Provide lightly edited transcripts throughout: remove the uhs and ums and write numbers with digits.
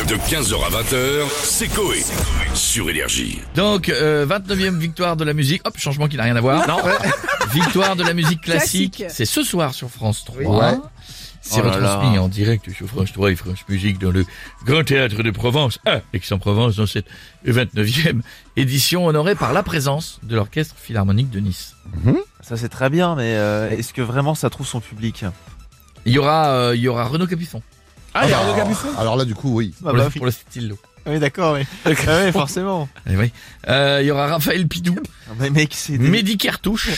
De 15h à 20h, c'est Coé. Sur Énergie. Donc, 29e victoire de la musique. Hop, changement qui n'a rien à voir. Non. Victoire de la musique classique. C'est ce soir sur France 3. Ouais. C'est retransmis en direct sur France 3 et France Musique dans le Grand Théâtre de Provence, à Aix-en-Provence, dans cette 29e édition honorée par la présence de l'Orchestre Philharmonique de Nice. Ça c'est très bien, mais est-ce que vraiment ça trouve son public? Il y aura Renaud Capuçon. Il y a Renaud Capuçon. Alors là, du coup, oui. Pour le stylo. Oui, d'accord, oui. Oui, forcément. Eh oui. Il y aura Raphaël Pidou. Mais mec, c'est Mehdi Kertouche.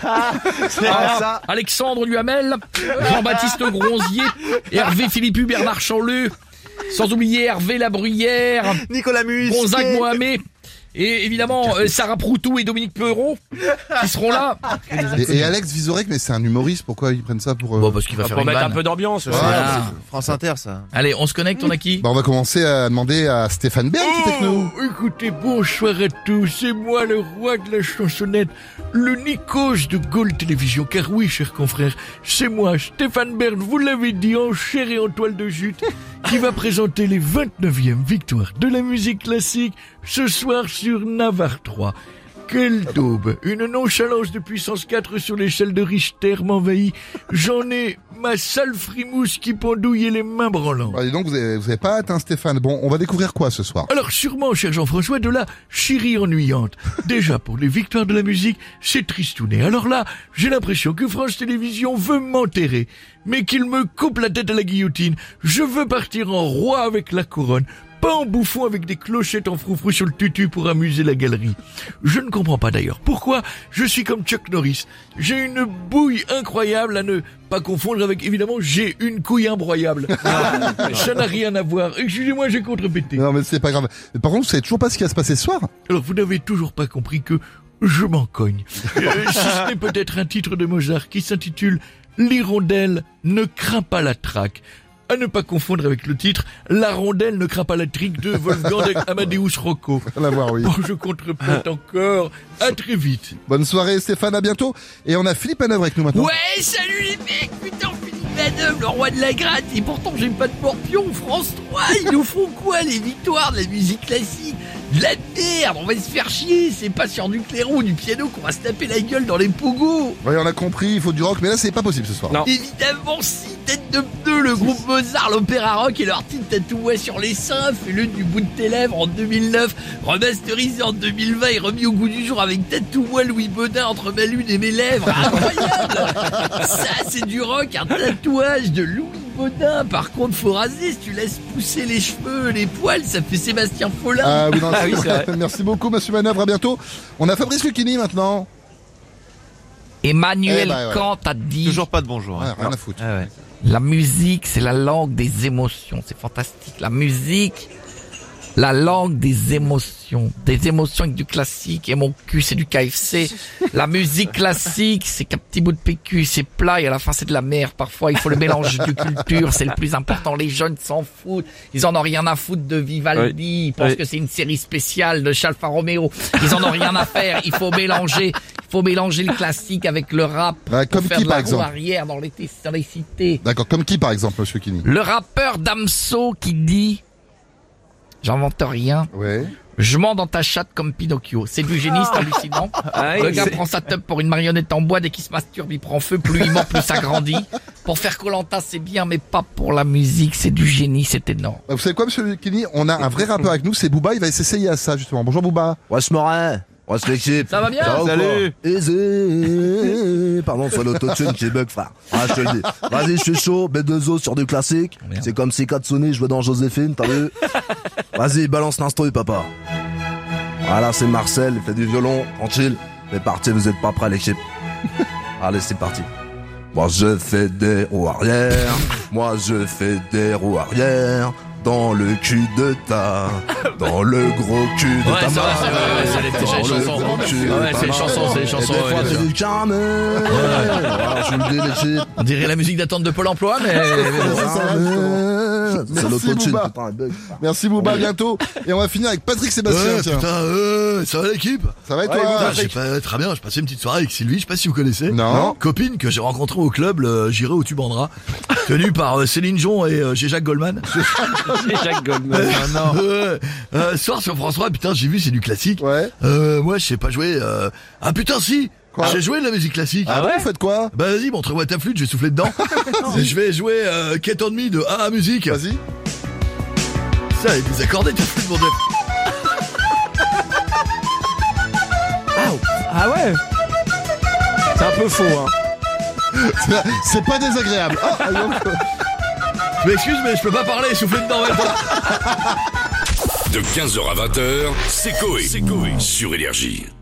c'est ça. Alexandre Duhamel. Jean-Baptiste Gronzier. Hervé Philippus, Bernard Chanleux. Sans oublier Hervé Labruyère. Nicolas Mus. Gonzague Mohamed. Et évidemment, Sarah Proutou et Dominique Perrault qui seront là. Et Alex Vizorek, mais c'est un humoriste, pourquoi ils prennent ça pour... Bon, parce qu'il va faire une mettre vanne. un peu d'ambiance. Voilà. France Inter, ça. Allez, on se connecte, on a qui? Bah, on va commencer à demander à Stéphane Bern qui est avec nous. Écoutez, bonsoir à tous, c'est moi le roi de la chansonnette, le Nikos de Gaulle Télévision, car oui, chers confrères, c'est moi, Stéphane Bern, vous l'avez dit, en chair et en toile de jute, qui va présenter les 29e victoires de la musique classique ce soir sur Navarre 3. Quelle daube! Une nonchalance de puissance 4 sur l'échelle de Richter m'envahit. J'en ai ma sale frimousse qui pendouille et les mains branlantes. Et donc, vous avez pas atteint Stéphane. Bon, on va découvrir quoi ce soir? Alors sûrement, cher Jean-François, de la chirie ennuyante. Déjà, pour les victoires de la musique, c'est tristouné. Alors là, j'ai l'impression que France Télévisions veut m'enterrer, mais qu'il me coupe la tête à la guillotine. Je veux partir en roi avec la couronne, pas en bouffon avec des clochettes en froufrou sur le tutu pour amuser la galerie. Je ne comprends pas d'ailleurs pourquoi je suis comme Chuck Norris. J'ai une bouille incroyable à ne pas confondre avec, évidemment, j'ai une couille imbroyable. Ça n'a rien à voir. Excusez-moi, j'ai contrepété. Non, mais c'est pas grave. Mais par contre, vous savez toujours pas ce qui va se passer ce soir? Alors, vous n'avez toujours pas compris que je m'en cogne. Si ce n'est peut-être un titre de Mozart qui s'intitule « L'hirondelle ne craint pas la traque ». À ne pas confondre avec le titre « La rondelle ne craint pas la trique » de Wolfgang Amadeus Rocco. Rien à voir, oui. Bon, je contrepète encore. À très vite. Bonne soirée Stéphane, à bientôt. Et on a Philippe Hanovre avec nous maintenant. Ouais, salut les mecs, putain, Philippe Hanovre, le roi de la gratte, et pourtant j'ai pas de morpion, France 3, ils nous font quoi les victoires de la musique classique? De la merde, on va se faire chier, c'est pas sur du clairon ou du piano qu'on va se taper la gueule dans les pogos. Oui, on a compris, il faut du rock, mais là c'est pas possible ce soir. Non. Évidemment si, tête de pneu, le groupe Mozart, l'opéra rock et leur titre tatoué sur les seins, fais-le du bout de tes lèvres en 2009, remasterisé en 2020 et remis au goût du jour avec Tatou-moi Louis Baudin entre ma lune et mes lèvres, incroyable. Ça c'est du rock, un tatouage de Louis Baudin. Par contre faut raser, si tu laisses pousser les cheveux, les poils, ça fait Sébastien Follin. Ah oui, non, oui, c'est vrai. Merci beaucoup monsieur Manœuvre, à bientôt. On a Fabrice Lucchini maintenant. Emmanuel Eh ben, ouais. Kant a dit Toujours pas de bonjour. Ouais, Hein. rien à foutre. Ah ouais. la musique c'est la langue des émotions, c'est fantastique. La musique, la langue des émotions avec du classique, et mon cul c'est du KFC. La musique classique c'est qu'un petit bout de PQ, c'est plat et à la fin c'est de la merde. Parfois il faut le mélange de culture, c'est le plus important. Les jeunes s'en foutent, ils en ont rien à foutre de Vivaldi, ils pensent que c'est une série spéciale de Alfa Romeo, ils en ont rien à faire. Il faut mélanger le classique avec le rap Ouais, pour comme faire qui, de par la roue exemple arrière dans les cités. D'accord, comme qui par exemple monsieur Kini? Le rappeur Damso qui dit, j'invente rien, Ouais. je mens dans ta chatte comme Pinocchio. C'est du génie, c'est hallucinant. Le gars prend sa teub pour une marionnette en bois, dès qu'il se masturbe, il prend feu, plus il ment, plus ça grandit. Pour faire Koh-Lanta, c'est bien, mais pas pour la musique, c'est du génie, c'est énorme. Vous savez quoi monsieur Lucchini? On a un vrai rappeur avec nous, c'est Booba, il va s'essayer à ça justement. Bonjour Booba. Wesh Morin, wesh l'équipe. Ça va bien? ou Salut. quoi Easy. Pardon, c'est l'autotune qui bug frère. Ah, je te le dis. Vas-y, je suis chaud, B2O sur du classique. Merde. C'est comme si Katsuni jouait dans Joséphine, t'as vu? Vas-y, balance l'instru papa. Voilà, c'est Marcel, il fait du violon, tranquille. Mais parti, vous êtes pas prêts l'équipe. Allez, c'est parti. Moi je fais des roues arrière, moi je fais des roues arrière. Dans le cul de ta, dans le gros cul de ta c'est vrai, c'est vrai, ouais, c'est les petites Dans le chansons. gros cul de Ouais, ta c'est les main. chansons, c'est les chansons, Et des fois ouais, c'est bien du caramel. Voilà, je vous le dis les filles. On dirait la musique d'attente de Pôle emploi, mais bon. Caramel. C'est Merci, l'autotune, Booba. putain, elle bug. Merci Booba, à bientôt. Et on va finir avec Patrick Sébastien. Ouais, tiens. putain, ça va l'équipe? Ça va et Ouais, toi Ah, j'ai pas, très bien, je passais une petite soirée avec Sylvie, je sais pas si vous connaissez. Non. Copine que j'ai rencontrée au club, J'irai où tu banderas, tenue par Céline Dion et j'ai Jacques Goldman. Et Jacques Goldman. Soir sur France 3, putain, j'ai vu, c'est du classique. Ouais. Moi, je sais pas jouer. Ah putain, si. Quoi J'ai joué de la musique classique. Ah, ouais vous faites quoi? Bah vas-y, montre-moi ta flûte, je vais souffler dedans. Je vais jouer Get On Me de AA Musique. Vas-y. Ça, elle est désaccordée ta flûte, mon dieu. Ah ouais. C'est un peu faux, hein. C'est pas désagréable. Ah, donc, Je m'excuse, mais je peux pas parler, souffler dedans en même temps. De 15h à 20h, c'est Coé sur Énergie.